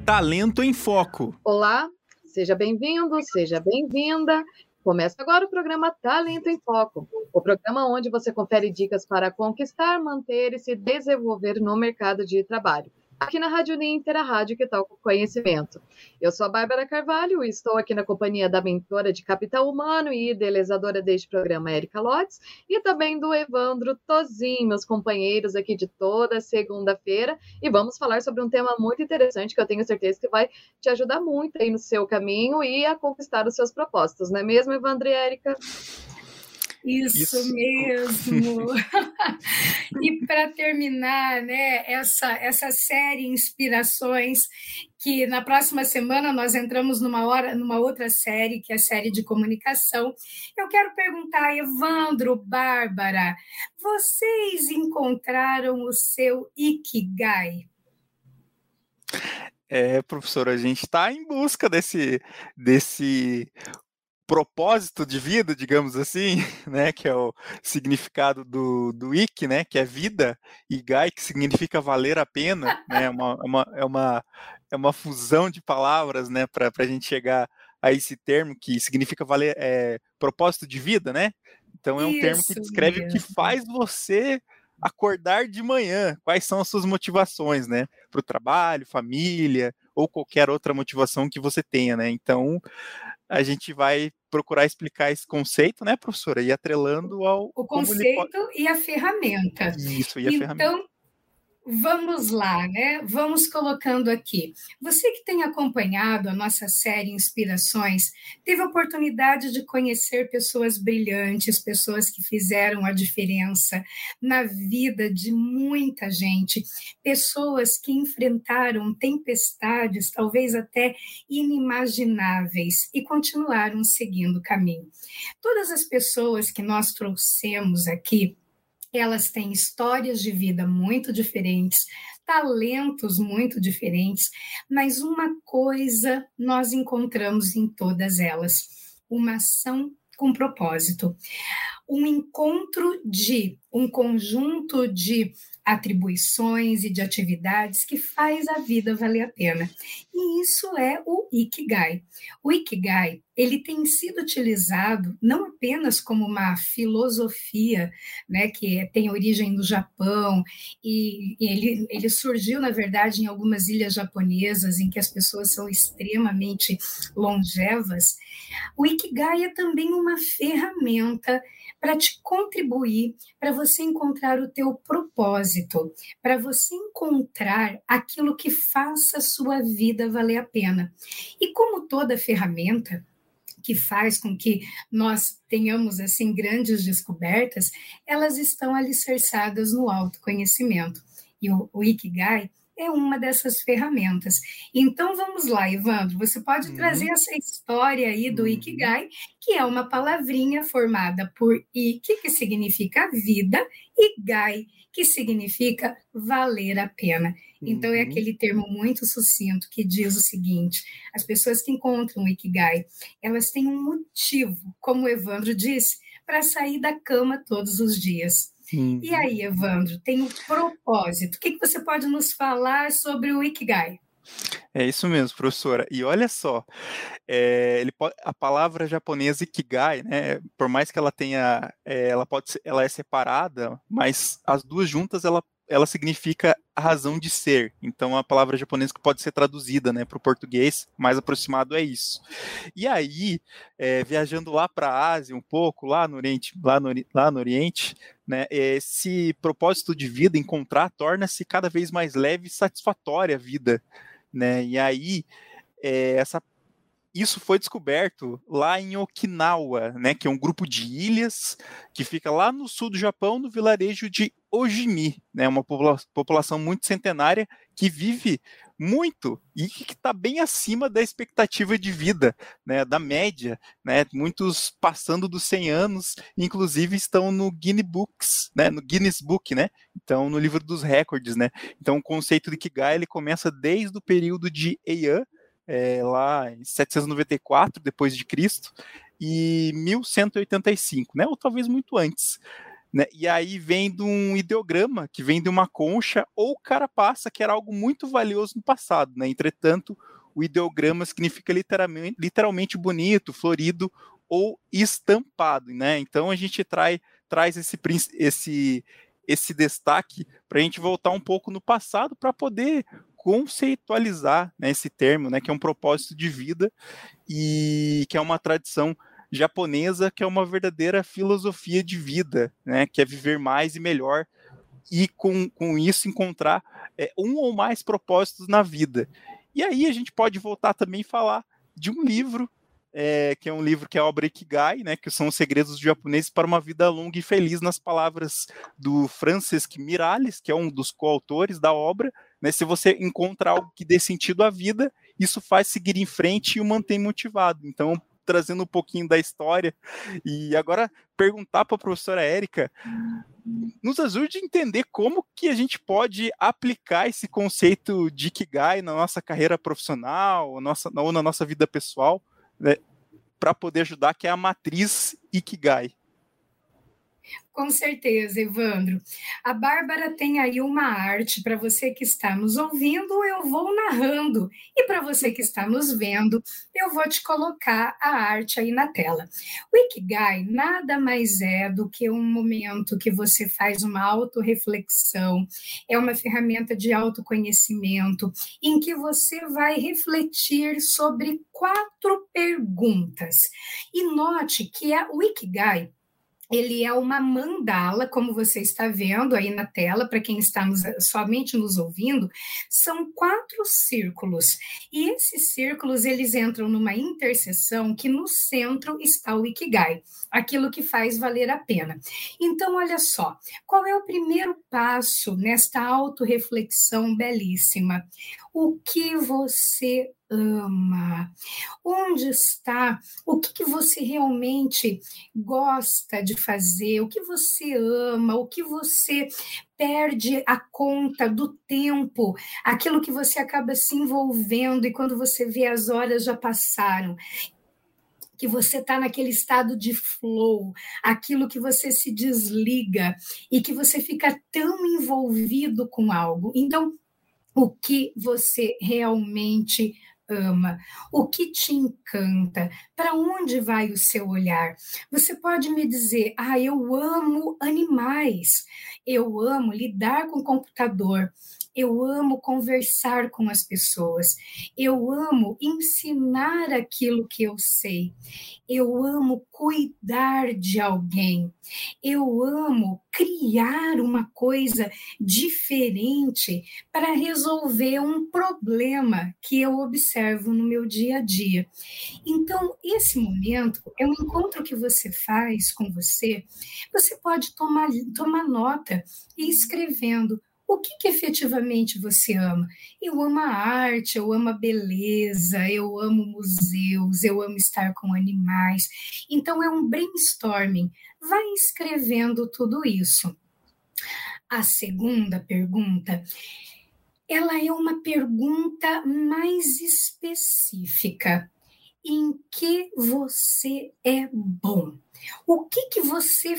Talento em Foco. Olá, seja bem-vindo, seja bem-vinda. Começa agora o programa Talento em Foco, o programa onde você confere dicas para conquistar, manter e se desenvolver no mercado de trabalho. Aqui na Rádio Uninter, a rádio que toca o conhecimento. Eu sou a Bárbara Carvalho e estou aqui na companhia da mentora de capital humano e idealizadora deste programa, Érica Lotz, e também do Evandro Tozin, meus companheiros aqui de toda segunda-feira. E vamos falar sobre um tema muito interessante que eu tenho certeza que vai te ajudar muito aí no seu caminho e a conquistar os seus propósitos, não é mesmo, Evandro e Érica? Isso mesmo. E para terminar, né, essa série Inspirações, que na próxima semana nós entramos numa outra série, que é a série de comunicação. Eu quero perguntar, Evandro, Bárbara, vocês encontraram o seu Ikigai? Professora, a gente está em busca desse propósito de vida, digamos assim, né, que é o significado do Ik, né, que é vida, e Gai, que significa valer a pena, né, é uma fusão de palavras, né, para a gente chegar a esse termo que significa valer, propósito de vida, né? Então é um termo que descreve o que faz você acordar de manhã, quais são as suas motivações, né, para o trabalho, família, ou qualquer outra motivação que você tenha, né? Então a gente vai procurar explicar esse conceito, né, professora? E atrelando ao... O conceito e a ferramenta. Isso, e a ferramenta. Então, vamos lá, né? Vamos colocando aqui. Você que tem acompanhado a nossa série Inspirações, teve a oportunidade de conhecer pessoas brilhantes, pessoas que fizeram a diferença na vida de muita gente, pessoas que enfrentaram tempestades, talvez até inimagináveis, e continuaram seguindo o caminho. Todas as pessoas que nós trouxemos aqui, elas têm histórias de vida muito diferentes, talentos muito diferentes, mas uma coisa nós encontramos em todas elas: uma ação com propósito. Um encontro de um conjunto de atribuições e de atividades que faz a vida valer a pena. E isso é o Ikigai. O Ikigai, ele tem sido utilizado não apenas como uma filosofia, né, que tem origem no Japão, e ele surgiu, na verdade, em algumas ilhas japonesas, em que as pessoas são extremamente longevas. O Ikigai é também uma ferramenta para te contribuir, para você encontrar o teu propósito, para você encontrar aquilo que faça a sua vida valer a pena. E como toda ferramenta que faz com que nós tenhamos assim grandes descobertas, elas estão alicerçadas no autoconhecimento. E o Ikigai é uma dessas ferramentas. Então, vamos lá, Evandro, você pode trazer essa história aí do Ikigai, que é uma palavrinha formada por Ik, que significa vida, e Gai, que significa valer a pena. Então, é aquele termo muito sucinto que diz o seguinte: as pessoas que encontram o Ikigai, elas têm um motivo, como o Evandro disse, para sair da cama todos os dias. E aí, Evandro, tem um propósito. O que você pode nos falar sobre o Ikigai? É isso mesmo, professora. E olha só, a palavra japonesa Ikigai, né, por mais que ela tenha, ela é separada, mas as duas juntas ela significa a razão de ser. Então, a palavra japonesa que pode ser traduzida, né, para o português, mais aproximado é isso. E aí, viajando lá para a Ásia um pouco, lá no Oriente, né, esse propósito de vida, encontrar, torna-se cada vez mais leve e satisfatória a vida, né? E aí, isso foi descoberto lá em Okinawa, né, que é um grupo de ilhas que fica lá no sul do Japão, no vilarejo de Ojimi, né, uma população muito centenária que vive muito e que está bem acima da expectativa de vida, né, da média, né, muitos passando dos 100 anos, inclusive estão no Guinness Book, né, então no livro dos recordes, né. Então o conceito de Ikigai ele começa desde o período de Heian, lá em 794 depois de Cristo e 1185, né, ou talvez muito antes. né? E aí vem de um ideograma, que vem de uma concha ou carapaça, que era algo muito valioso no passado, né? Entretanto, o ideograma significa literalmente bonito, florido ou estampado, né? Então a gente traz esse destaque para a gente voltar um pouco no passado para poder conceitualizar, né, esse termo, né, que é um propósito de vida e que é uma tradição japonesa, que é uma verdadeira filosofia de vida, né, que é viver mais e melhor e com isso encontrar um ou mais propósitos na vida. E aí a gente pode voltar também a falar de um livro, que é um livro que é a obra Ikigai, né, que são os segredos japoneses para uma vida longa e feliz, nas palavras do Francesc Miralles, que é um dos coautores da obra, né? Se você encontra algo que dê sentido à vida, isso faz seguir em frente e o mantém motivado. Então, trazendo um pouquinho da história, e agora perguntar para a professora Érica, nos ajude a entender como que a gente pode aplicar esse conceito de Ikigai na nossa carreira profissional, ou na nossa vida pessoal, né, para poder ajudar, que é a matriz Ikigai. Com certeza, Evandro. A Bárbara tem aí uma arte para você que está nos ouvindo, eu vou narrando. E para você que está nos vendo, eu vou te colocar a arte aí na tela. O Ikigai nada mais é do que um momento que você faz uma autorreflexão, é uma ferramenta de autoconhecimento, em que você vai refletir sobre 4 perguntas. E note que o Ikigai, ele é uma mandala, como você está vendo aí na tela, para quem está somente nos ouvindo, são 4 círculos. E esses círculos, eles entram numa interseção que no centro está o Ikigai, aquilo que faz valer a pena. Então, olha só, qual é o primeiro passo nesta autorreflexão belíssima? O que você ama? Onde está? O que você realmente gosta de fazer? O que você ama? O que você perde a conta do tempo? Aquilo que você acaba se envolvendo e quando você vê as horas já passaram. Que você está naquele estado de flow, aquilo que você se desliga e que você fica tão envolvido com algo. Então, o que você realmente ama, o que te encanta, para onde vai o seu olhar? Você pode me dizer, eu amo animais, eu amo lidar com o computador, eu amo conversar com as pessoas, eu amo ensinar aquilo que eu sei, eu amo cuidar de alguém, eu amo criar uma coisa diferente para resolver um problema que eu observo no meu dia a dia. Então, esse momento é um encontro que você faz com você. Você pode tomar nota e ir escrevendo o que efetivamente você ama. Eu amo a arte, eu amo a beleza, eu amo museus, eu amo estar com animais. Então, é um brainstorming. Vai escrevendo tudo isso. A segunda pergunta, ela é uma pergunta mais específica. Em que você é bom? O que você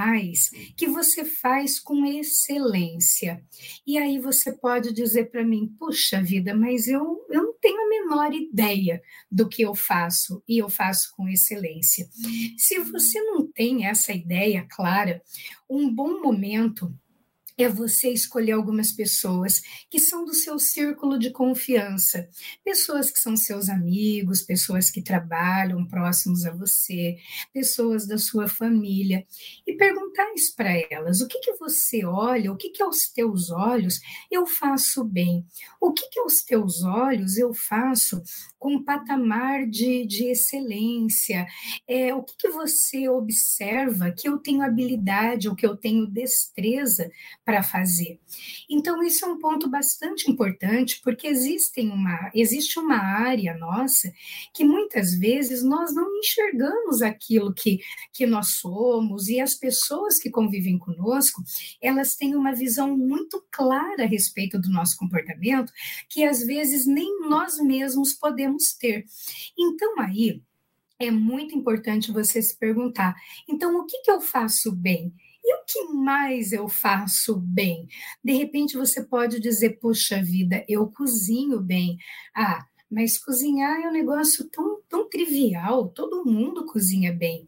faz com excelência? E aí você pode dizer para mim, puxa vida, mas eu não tenho a menor ideia do que eu faço, e eu faço com excelência. Se você não tem essa ideia clara, um bom momento é você escolher algumas pessoas que são do seu círculo de confiança, pessoas que são seus amigos, pessoas que trabalham próximos a você, pessoas da sua família, e perguntar isso para elas, o que você olha, o que aos teus olhos eu faço bem, o que aos teus olhos eu faço com um patamar de excelência, o que você observa que eu tenho habilidade ou que eu tenho destreza para fazer. Então, isso é um ponto bastante importante, porque existe uma área nossa que muitas vezes nós não enxergamos aquilo que nós somos, e as pessoas que convivem conosco, elas têm uma visão muito clara a respeito do nosso comportamento, que às vezes nem nós mesmos podemos ter. Então, aí, é muito importante você se perguntar, então, o que eu faço bem? E o que mais eu faço bem? De repente você pode dizer, poxa vida, eu cozinho bem. Ah, mas cozinhar é um negócio tão trivial, todo mundo cozinha bem.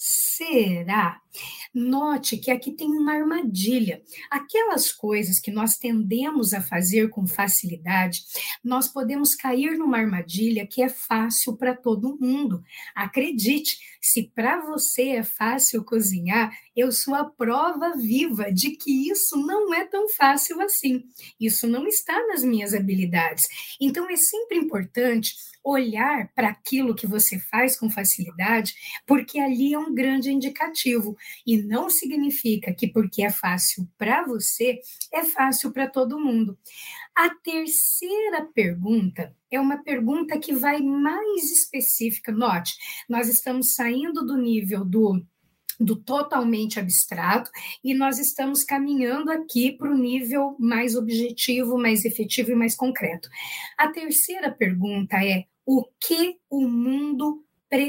Será? Note que aqui tem uma armadilha. Aquelas coisas que nós tendemos a fazer com facilidade, nós podemos cair numa armadilha que é fácil para todo mundo. Acredite, se para você é fácil cozinhar, eu sou a prova viva de que isso não é tão fácil assim. Isso não está nas minhas habilidades. Então é sempre importante olhar para aquilo que você faz com facilidade, porque ali é um grande indicativo. E não significa que porque é fácil para você, é fácil para todo mundo. A terceira pergunta é uma pergunta que vai mais específica. Note, nós estamos saindo do nível do totalmente abstrato e nós estamos caminhando aqui para o nível mais objetivo, mais efetivo e mais concreto. A terceira pergunta é: o que o mundo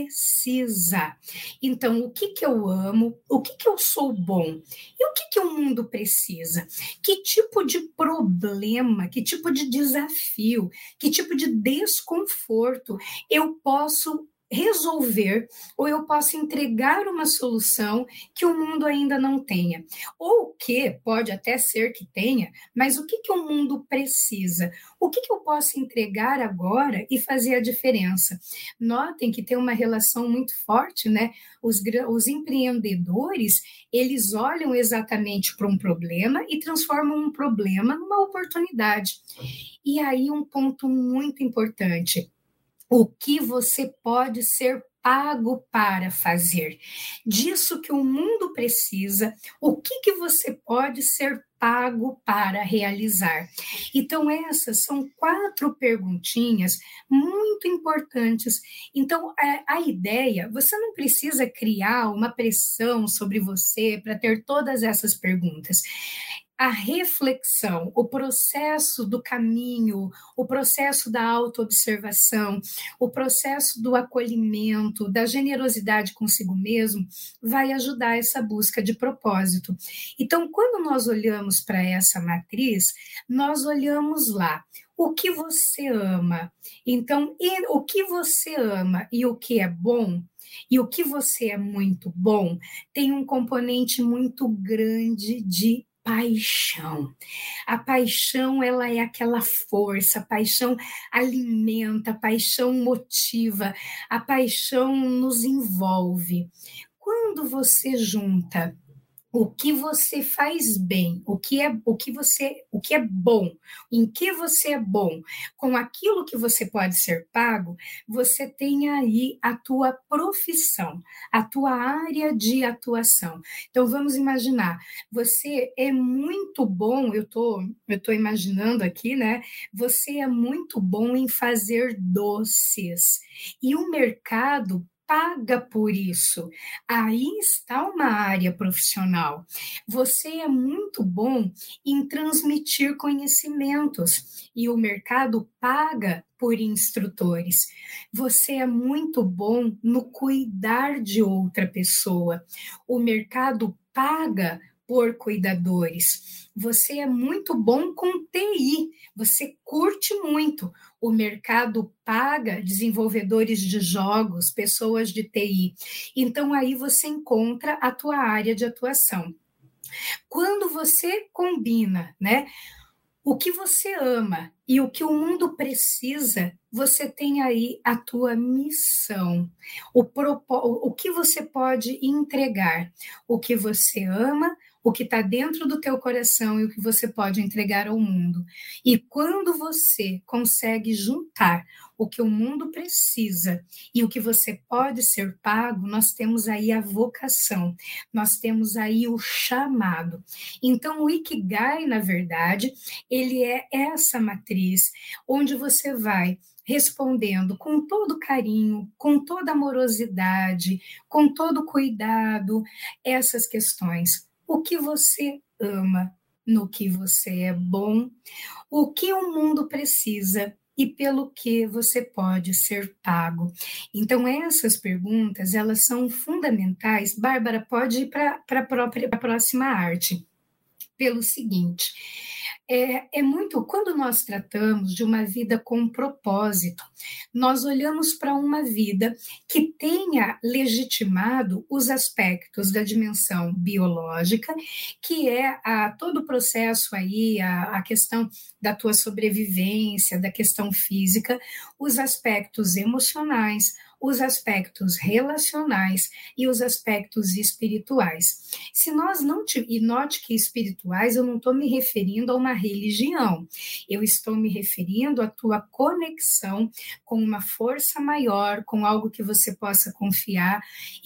precisa? Então, o que eu amo? O que eu sou bom? E o que o mundo precisa? Que tipo de problema, que tipo de desafio, que tipo de desconforto eu posso resolver, ou eu posso entregar uma solução que o mundo ainda não tenha. Ou que pode até ser que tenha, mas o que o mundo precisa? O que eu posso entregar agora e fazer a diferença? Notem que tem uma relação muito forte, né? Os empreendedores, eles olham exatamente para um problema e transformam um problema numa oportunidade. E aí um ponto muito importante: o que você pode ser pago para fazer? Disso que o mundo precisa, o que você pode ser pago para realizar? Então, essas são 4 perguntinhas muito importantes. Então, a ideia, você não precisa criar uma pressão sobre você para ter todas essas perguntas. A reflexão, o processo do caminho, o processo da autoobservação, o processo do acolhimento, da generosidade consigo mesmo, vai ajudar essa busca de propósito. Então, quando nós olhamos para essa matriz, nós olhamos lá o que você ama. Então, o que você ama e o que é bom, e o que você é muito bom, tem um componente muito grande de paixão. A paixão, ela é aquela força, a paixão alimenta, a paixão motiva, a paixão nos envolve. Quando você junta o que você faz bem, o que é bom, em que você é bom, com aquilo que você pode ser pago, você tem aí a tua profissão, a tua área de atuação. Então vamos imaginar, você é muito bom, eu tô imaginando aqui, né? Você é muito bom em fazer doces. E o mercado paga por isso. Aí está uma área profissional. Você é muito bom em transmitir conhecimentos e o mercado paga por instrutores. Você é muito bom no cuidar de outra pessoa. O mercado paga por cuidadores. Você é muito bom com TI, você curte muito. O mercado paga desenvolvedores de jogos, pessoas de TI. Então, aí você encontra a tua área de atuação. Quando você combina, né, o que você ama e o que o mundo precisa, você tem aí a tua missão, o que você pode entregar, o que você ama, o que está dentro do teu coração e o que você pode entregar ao mundo. E quando você consegue juntar o que o mundo precisa e o que você pode ser pago, nós temos aí a vocação, nós temos aí o chamado. Então, o Ikigai, na verdade, ele é essa matriz onde você vai respondendo com todo carinho, com toda amorosidade, com todo cuidado, essas questões. O que você ama, no que você é bom, o que o mundo precisa e pelo que você pode ser pago. Então, essas perguntas, elas são fundamentais. Bárbara, pode ir para a próxima arte. Pelo seguinte, é muito, quando nós tratamos de uma vida com propósito, nós olhamos para uma vida que tenha legitimado os aspectos da dimensão biológica, que é todo o processo aí, a questão da tua sobrevivência, da questão física, os aspectos emocionais, os aspectos relacionais e os aspectos espirituais. Se nós não e note que espirituais, eu não estou me referindo a uma religião, eu estou me referindo à tua conexão com uma força maior, com algo que você possa confiar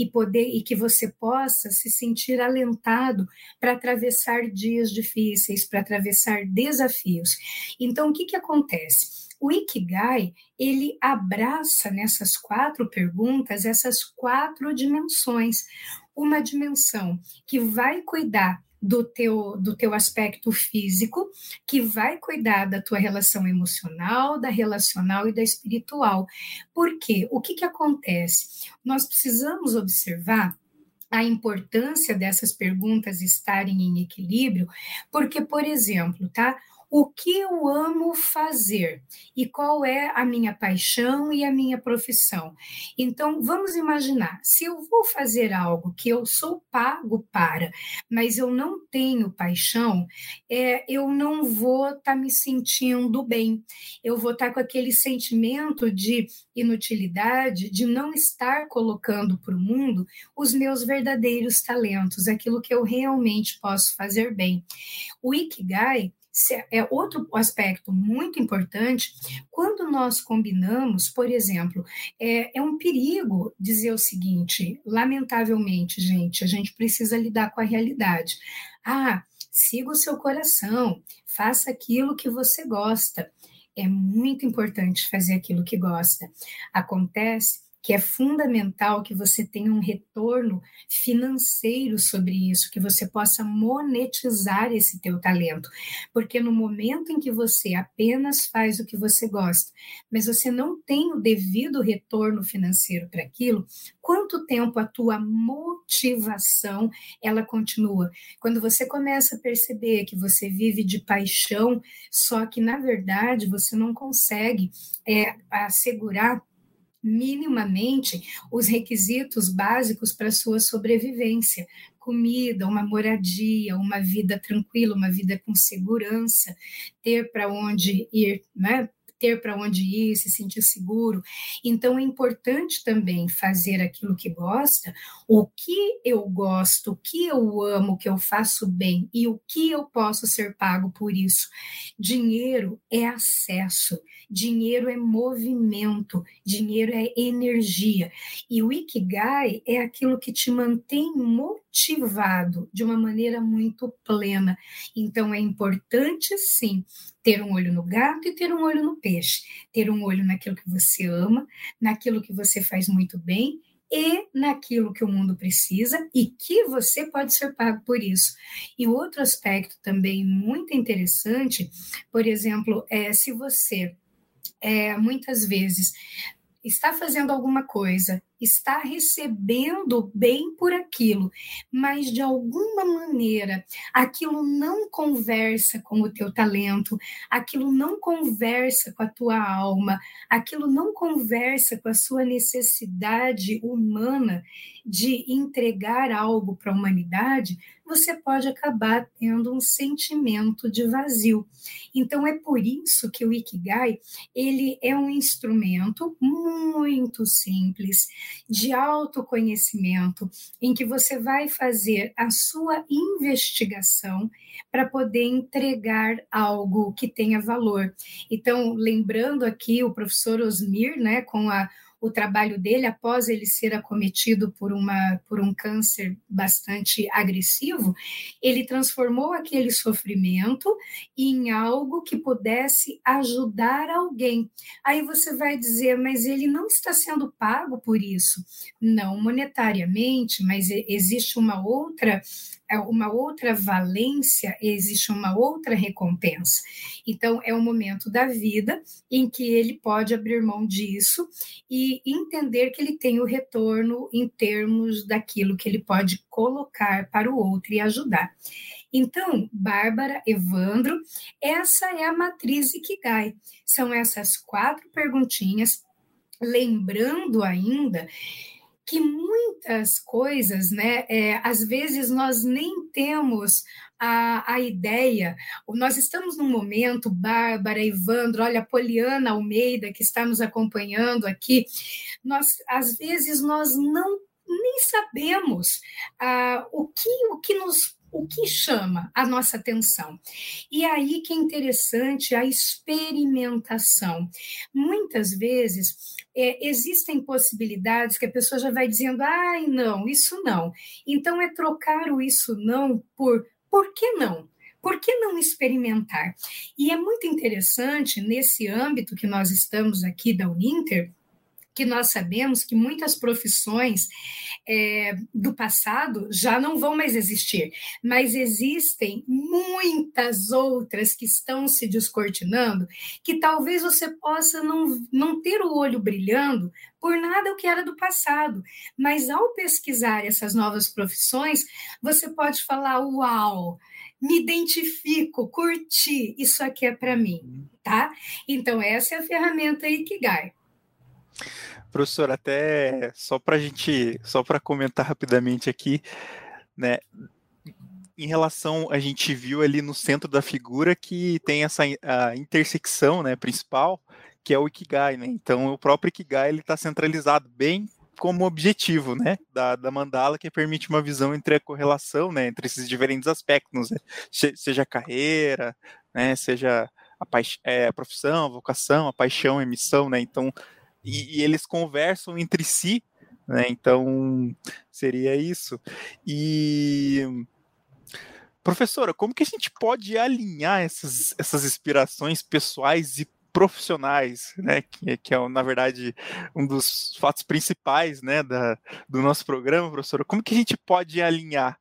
e que você possa se sentir alentado para atravessar dias difíceis, para atravessar desafios. Então, o que acontece? O Ikigai, ele abraça nessas 4 perguntas, essas 4 dimensões. Uma dimensão que vai cuidar do teu aspecto físico, que vai cuidar da tua relação emocional, da relacional e da espiritual. Por quê? O que acontece? Nós precisamos observar a importância dessas perguntas estarem em equilíbrio, porque, por exemplo, o que eu amo fazer e qual é a minha paixão e a minha profissão. Então, vamos imaginar, se eu vou fazer algo que eu sou pago para, mas eu não tenho paixão, eu não vou estar me sentindo bem, eu vou estar com aquele sentimento de inutilidade, de não estar colocando para o mundo os meus verdadeiros talentos, aquilo que eu realmente posso fazer bem. O Ikigai é outro aspecto muito importante quando nós combinamos, por exemplo, é um perigo dizer o seguinte, lamentavelmente, gente, a gente precisa lidar com a realidade. Siga o seu coração, faça aquilo que você gosta. É muito importante fazer aquilo que gosta. Acontece que é fundamental que você tenha um retorno financeiro sobre isso, que você possa monetizar esse teu talento, porque no momento em que você apenas faz o que você gosta, mas você não tem o devido retorno financeiro para aquilo, quanto tempo a tua motivação ela continua? Quando você começa a perceber que você vive de paixão, só que na verdade você não consegue assegurar minimamente os requisitos básicos para a sua sobrevivência, comida, uma moradia, uma vida tranquila, uma vida com segurança, ter para onde ir, né? Ter para onde ir, se sentir seguro. Então, é importante também fazer aquilo que gosta, o que eu gosto, o que eu amo, o que eu faço bem e o que eu posso ser pago por isso. Dinheiro é acesso, dinheiro é movimento, dinheiro é energia. E o Ikigai é aquilo que te mantém motivado de uma maneira muito plena. Então, é importante, sim, ter um olho no gato e ter um olho no peixe. Ter um olho naquilo que você ama, naquilo que você faz muito bem e naquilo que o mundo precisa e que você pode ser pago por isso. E outro aspecto também muito interessante, por exemplo, se você muitas vezes está fazendo alguma coisa, está recebendo bem por aquilo, mas de alguma maneira aquilo não conversa com o teu talento, aquilo não conversa com a tua alma, aquilo não conversa com a sua necessidade humana de entregar algo para a humanidade, você pode acabar tendo um sentimento de vazio. Então é por isso que o Ikigai, ele é um instrumento muito simples, de autoconhecimento, em que você vai fazer a sua investigação para poder entregar algo que tenha valor. Então, lembrando aqui o professor Osmir, né, com o trabalho dele, após ele ser acometido por um câncer bastante agressivo, ele transformou aquele sofrimento em algo que pudesse ajudar alguém. Aí você vai dizer, mas ele não está sendo pago por isso. Não monetariamente, mas existe uma outra uma outra valência, existe uma outra recompensa. Então, é um momento da vida em que ele pode abrir mão disso e entender que ele tem o retorno em termos daquilo que ele pode colocar para o outro e ajudar. Então, Bárbara, Evandro, essa é a matriz Ikigai. São essas 4 perguntinhas, lembrando ainda que muitas coisas, né, às vezes nós nem temos a ideia, nós estamos num momento, Bárbara, Evandro, olha, Poliana Almeida, que está nos acompanhando aqui, às vezes nós nem sabemos o que chama a nossa atenção. E aí que é interessante a experimentação. Muitas vezes existem possibilidades que a pessoa já vai dizendo, ai, não, isso não. Então é trocar o isso não por que não? Por que não experimentar? E é muito interessante, nesse âmbito que nós estamos aqui da Uninter, que nós sabemos que muitas profissões do passado já não vão mais existir, mas existem muitas outras que estão se descortinando, que talvez você possa não ter o olho brilhando por nada o que era do passado, mas ao pesquisar essas novas profissões, você pode falar, uau, me identifico, curti, isso aqui é para mim, tá? Então essa é a ferramenta Ikigai. Professor, até só para comentar rapidamente aqui, né? Em relação, a gente viu ali no centro da figura que tem essa a intersecção, né, principal, que é o Ikigai, né? Então o próprio Ikigai ele está centralizado bem como objetivo, né, da mandala, que permite uma visão entre a correlação, né, entre esses diferentes aspectos, né? Seja a carreira, né, seja a profissão, a vocação, a paixão, a missão, né? Então e eles conversam entre si, né? Então seria isso. E professora, como que a gente pode alinhar essas inspirações pessoais e profissionais, né? Que é, na verdade, um dos fatos principais, né, do nosso programa, professora. Como que a gente pode alinhar?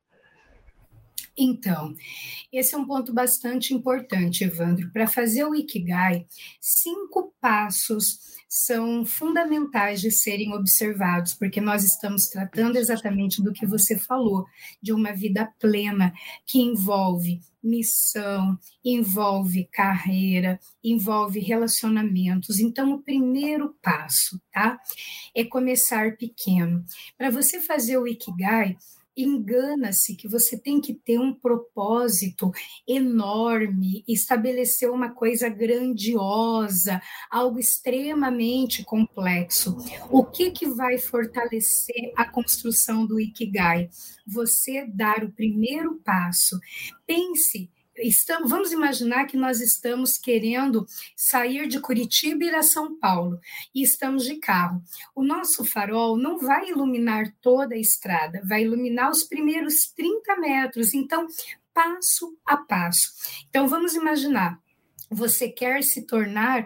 Então, esse é um ponto bastante importante, Evandro. Para fazer o Ikigai, 5 passos são fundamentais de serem observados, porque nós estamos tratando exatamente do que você falou, de uma vida plena, que envolve missão, envolve carreira, envolve relacionamentos. Então, o primeiro passo, tá? É começar pequeno. Para você fazer o Ikigai, engana-se que você tem que ter um propósito enorme, estabelecer uma coisa grandiosa, algo extremamente complexo. O que vai fortalecer a construção do Ikigai? Você dar o primeiro passo. Pense. Vamos imaginar que nós estamos querendo sair de Curitiba e ir a São Paulo e estamos de carro. O nosso farol não vai iluminar toda a estrada, vai iluminar os primeiros 30 metros, então, passo a passo. Então, vamos imaginar, você quer se tornar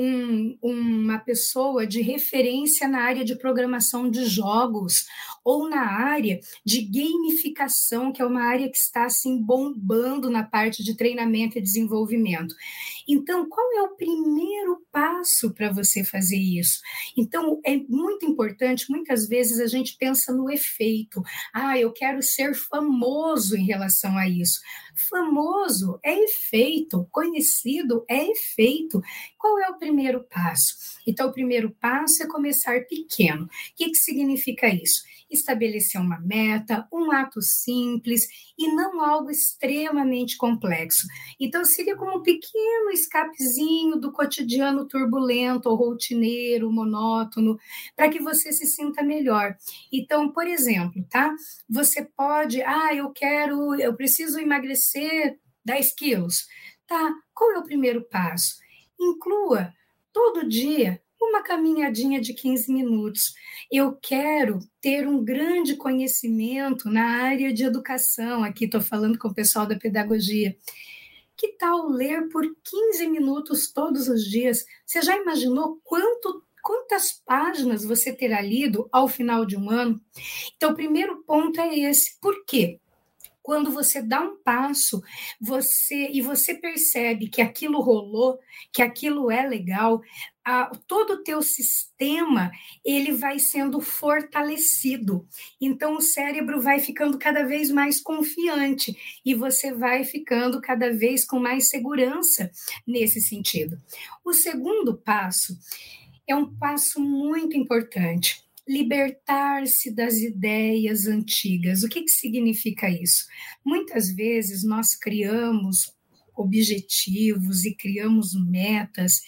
uma pessoa de referência na área de programação de jogos ou na área de gamificação, que é uma área que está assim bombando na parte de treinamento e desenvolvimento. Então, qual é o primeiro passo para você fazer isso? Então, é muito importante, muitas vezes a gente pensa no efeito. Eu quero ser famoso em relação a isso. Famoso é efeito, conhecido é efeito. Qual é o primeiro passo? Então, o primeiro passo é começar pequeno. O que significa isso? Estabelecer uma meta, um ato simples e não algo extremamente complexo. Então, seria como um pequeno escapezinho do cotidiano turbulento ou rotineiro, monótono, para que você se sinta melhor. Então, por exemplo, tá? Você pode, eu preciso emagrecer 10 quilos. Tá, qual é o primeiro passo? Inclua todo dia uma caminhadinha de 15 minutos. Eu quero ter um grande conhecimento na área de educação. Aqui estou falando com o pessoal da pedagogia. Que tal ler por 15 minutos todos os dias? Você já imaginou quantas páginas você terá lido ao final de um ano? Então, o primeiro ponto é esse. Por quê? Quando você dá um passo, você percebe que aquilo rolou, que aquilo é legal, todo o teu sistema ele vai sendo fortalecido. Então o cérebro vai ficando cada vez mais confiante e você vai ficando cada vez com mais segurança nesse sentido. O segundo passo é um passo muito importante. Libertar-se das ideias antigas. O que significa isso? Muitas vezes nós criamos objetivos e criamos metas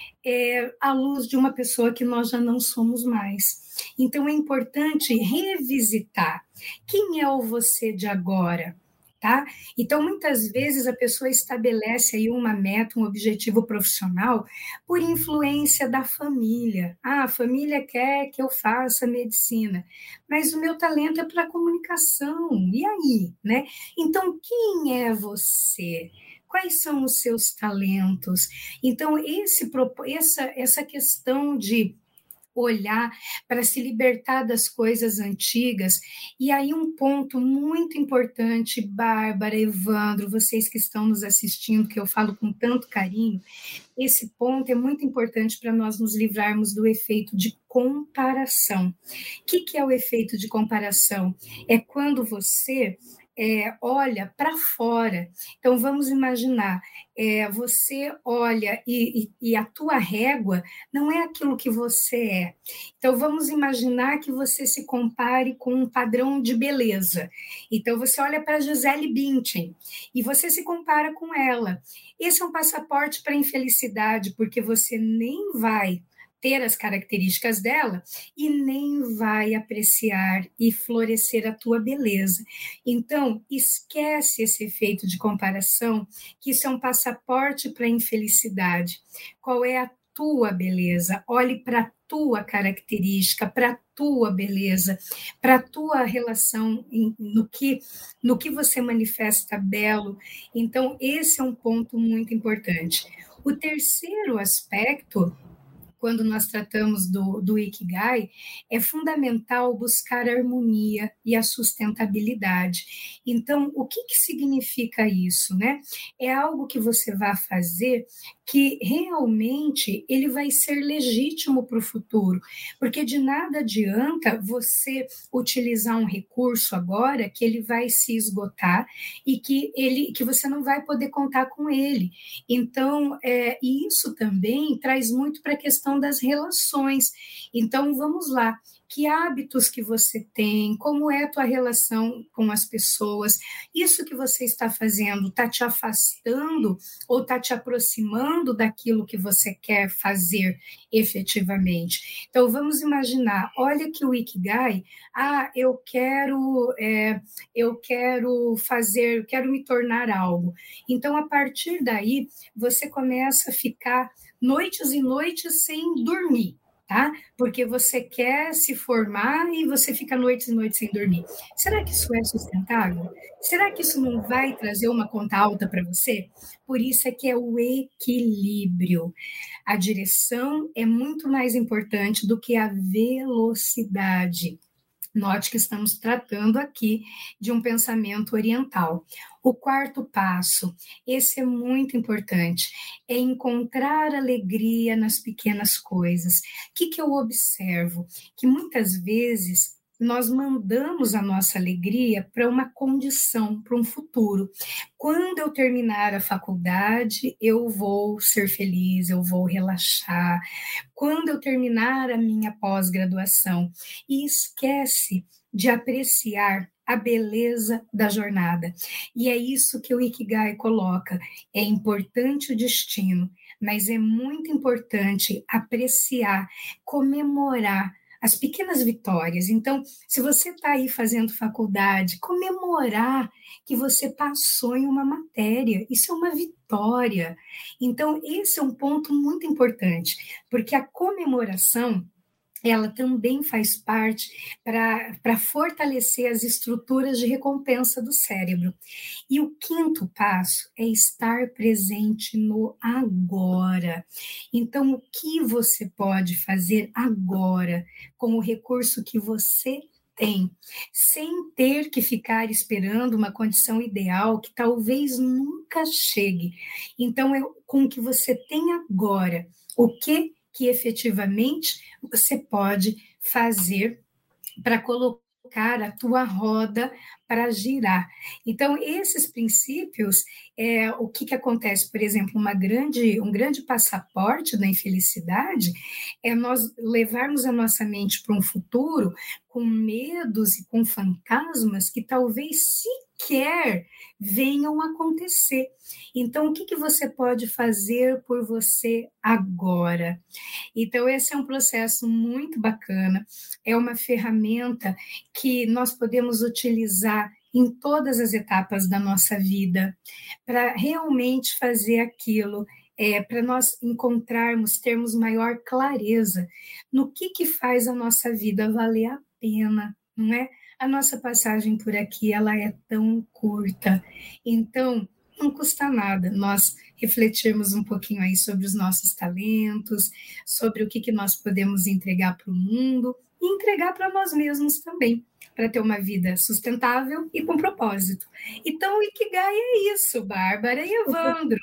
à luz de uma pessoa que nós já não somos mais. Então é importante revisitar quem é o você de agora. Tá? Então, muitas vezes a pessoa estabelece aí uma meta, um objetivo profissional por influência da família. A família quer que eu faça medicina, mas o meu talento é para comunicação. E aí, né? Então, quem é você? Quais são os seus talentos? Então, essa questão de olhar para se libertar das coisas antigas. E aí um ponto muito importante, Bárbara, Evandro, vocês que estão nos assistindo, que eu falo com tanto carinho, esse ponto é muito importante para nós nos livrarmos do efeito de comparação. O que é o efeito de comparação? É quando você olha para fora. Então, vamos imaginar, você olha e a tua régua não é aquilo que você é. Então, vamos imaginar que você se compare com um padrão de beleza. Então, você olha para a Gisele Bündchen e você se compara com ela. Esse é um passaporte para a infelicidade, porque você nem vai ter as características dela e nem vai apreciar e florescer a tua beleza. Então, esquece esse efeito de comparação, que isso é um passaporte para a infelicidade. Qual é a tua beleza? Olhe para a tua característica, para a tua beleza, para a tua relação no que você manifesta belo. Então, esse é um ponto muito importante. O terceiro aspecto, quando nós tratamos do Ikigai, é fundamental buscar a harmonia e a sustentabilidade. Então, o que significa isso, né? É algo que você vai fazer que realmente ele vai ser legítimo para o futuro, porque de nada adianta você utilizar um recurso agora que ele vai se esgotar e que você não vai poder contar com ele. Então, isso também traz muito para a questão das relações. Então, vamos lá. Que hábitos que você tem, como é a tua relação com as pessoas, isso que você está fazendo está te afastando ou está te aproximando daquilo que você quer fazer efetivamente. Então, vamos imaginar, olha que o Ikigai, eu quero me tornar algo. Então, a partir daí, você começa a ficar noites e noites sem dormir. Tá? Porque você quer se formar e você fica noites e noites sem dormir. Será que isso é sustentável? Será que isso não vai trazer uma conta alta para você? Por isso é que é o equilíbrio. A direção é muito mais importante do que a velocidade. Note que estamos tratando aqui de um pensamento oriental. O quarto passo, esse é muito importante, é encontrar alegria nas pequenas coisas. O que eu observo? Que muitas vezes nós mandamos a nossa alegria para uma condição, para um futuro. Quando eu terminar a faculdade, eu vou ser feliz, eu vou relaxar. Quando eu terminar a minha pós-graduação, e esquece de apreciar a beleza da jornada. E é isso que o Ikigai coloca. É importante o destino, mas é muito importante apreciar, comemorar as pequenas vitórias. Então, se você está aí fazendo faculdade, comemorar que você passou em uma matéria, isso é uma vitória. Então, esse é um ponto muito importante, porque a comemoração, ela também faz parte para fortalecer as estruturas de recompensa do cérebro. E o quinto passo é estar presente no agora. Então, o que você pode fazer agora com o recurso que você tem, sem ter que ficar esperando uma condição ideal que talvez nunca chegue. Então, com o que você tem agora, o que efetivamente você pode fazer para colocar a tua roda para girar. Então, esses princípios, o que acontece? Por exemplo, um grande passaporte da infelicidade é nós levarmos a nossa mente para um futuro com medos e com fantasmas que talvez sequer venham acontecer. Então, o que você pode fazer por você agora? Então, esse é um processo muito bacana, é uma ferramenta que nós podemos utilizar em todas as etapas da nossa vida, para realmente fazer aquilo, para nós encontrarmos, termos maior clareza no que faz a nossa vida valer a pena, não é? A nossa passagem por aqui, ela é tão curta, então não custa nada nós refletirmos um pouquinho aí sobre os nossos talentos, sobre o que nós podemos entregar para o mundo e entregar para nós mesmos também, para ter uma vida sustentável e com propósito. Então, o Ikigai é isso, Bárbara e Evandro.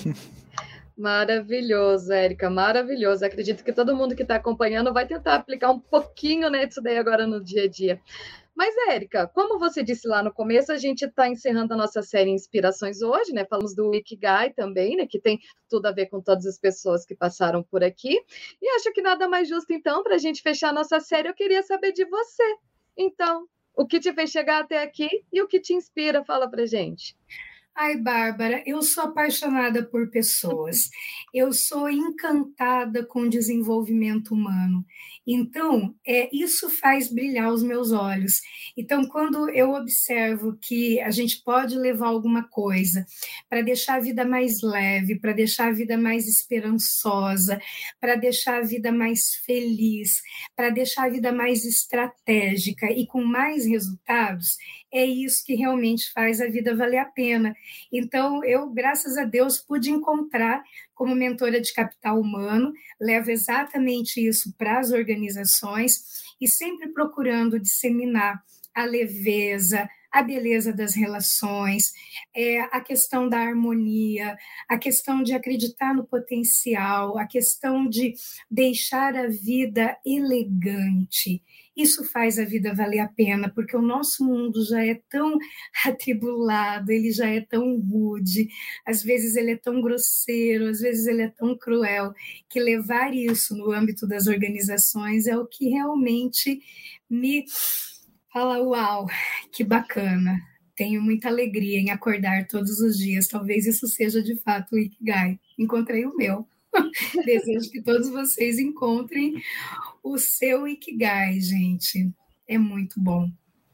Maravilhoso, Érica, maravilhoso. Acredito que todo mundo que está acompanhando vai tentar aplicar um pouquinho, né, disso daí agora no dia a dia. Mas, Érica, como você disse lá no começo, a gente está encerrando a nossa série Inspirações hoje, né? Falamos do Ikigai também, né? Que tem tudo a ver com todas as pessoas que passaram por aqui. E acho que nada mais justo, então, para a gente fechar a nossa série, eu queria saber de você. Então, o que te fez chegar até aqui e o que te inspira? Fala pra gente. Ai, Bárbara, eu sou apaixonada por pessoas, eu sou encantada com o desenvolvimento humano. Então, isso faz brilhar os meus olhos. Então, quando eu observo que a gente pode levar alguma coisa para deixar a vida mais leve, para deixar a vida mais esperançosa, para deixar a vida mais feliz, para deixar a vida mais estratégica e com mais resultados, é isso que realmente faz a vida valer a pena. Então, eu, graças a Deus, pude encontrar, como mentora de capital humano, levo exatamente isso para as organizações e sempre procurando disseminar a leveza, a beleza das relações, a questão da harmonia, a questão de acreditar no potencial, a questão de deixar a vida elegante. Isso faz a vida valer a pena, porque o nosso mundo já é tão atribulado, ele já é tão rude, às vezes ele é tão grosseiro, às vezes ele é tão cruel, que levar isso no âmbito das organizações é o que realmente me fala, uau, que bacana, tenho muita alegria em acordar todos os dias, talvez isso seja de fato o Ikigai, encontrei o meu. Desejo que todos vocês encontrem o seu Ikigai, gente. É muito bom.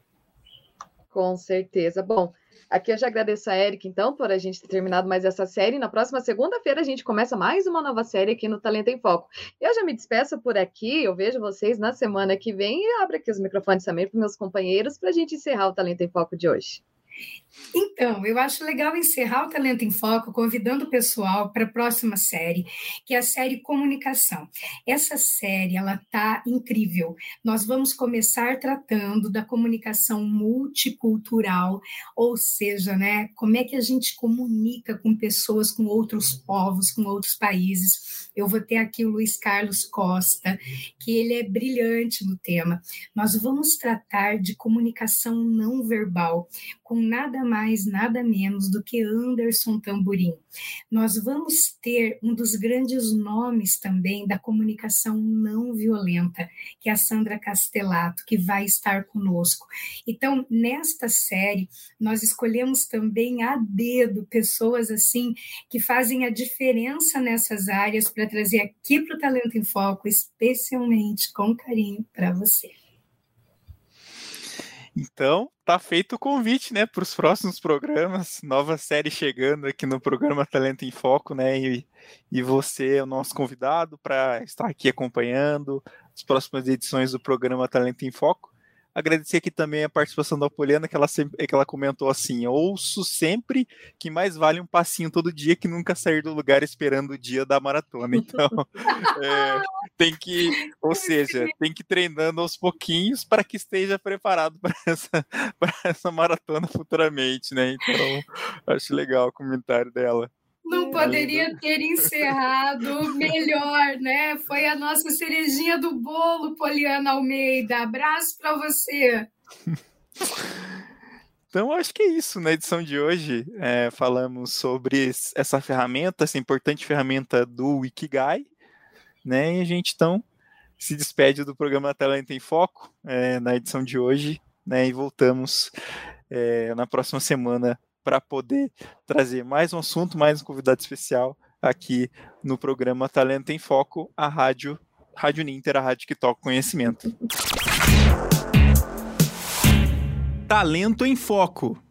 Com certeza. Bom, aqui eu já agradeço a Érica, então, por a gente ter terminado mais essa série. Na próxima segunda-feira a gente começa mais uma nova série aqui no Talento em Foco. Eu já me despeço por aqui, eu vejo vocês na semana que vem e abro aqui os microfones também para os meus companheiros para a gente encerrar o Talento em Foco de hoje. Então, eu acho legal encerrar o Talento em Foco convidando o pessoal para a próxima série, que é a série Comunicação. Essa série, ela tá incrível. Nós vamos começar tratando da comunicação multicultural, ou seja, né, como é que a gente comunica com pessoas, com outros povos, com outros países. Eu vou ter aqui o Luiz Carlos Costa, que ele é brilhante no tema. Nós vamos tratar de comunicação não verbal, com nada mais, nada menos do que Anderson Tamburim. Nós vamos ter um dos grandes nomes também da comunicação não violenta, que é a Sandra Castellato, que vai estar conosco. Então, nesta série, nós escolhemos também a dedo pessoas assim que fazem a diferença nessas áreas para trazer aqui para o Talento em Foco, especialmente com carinho para você. Então, tá feito o convite, né, para os próximos programas, nova série chegando aqui no programa Talento em Foco, né, e você é o nosso convidado para estar aqui acompanhando as próximas edições do programa Talento em Foco. Agradecer aqui também a participação da Poliana, que ela comentou assim: ouço sempre que mais vale um passinho todo dia que nunca sair do lugar esperando o dia da maratona. Então, tem que ir treinando aos pouquinhos para que esteja preparado para essa maratona futuramente, né? Então, acho legal o comentário dela. Não poderia ter encerrado melhor, né? Foi a nossa cerejinha do bolo, Poliana Almeida. Abraço para você. Então, acho que é isso. Na edição de hoje, falamos sobre essa ferramenta, essa importante ferramenta do Ikigai, né? E a gente, então, se despede do programa Talento em Foco na edição de hoje, né? E voltamos na próxima semana para poder trazer mais um assunto, mais um convidado especial aqui no programa Talento em Foco, a Rádio Ninter, a rádio que toca conhecimento. Talento em Foco.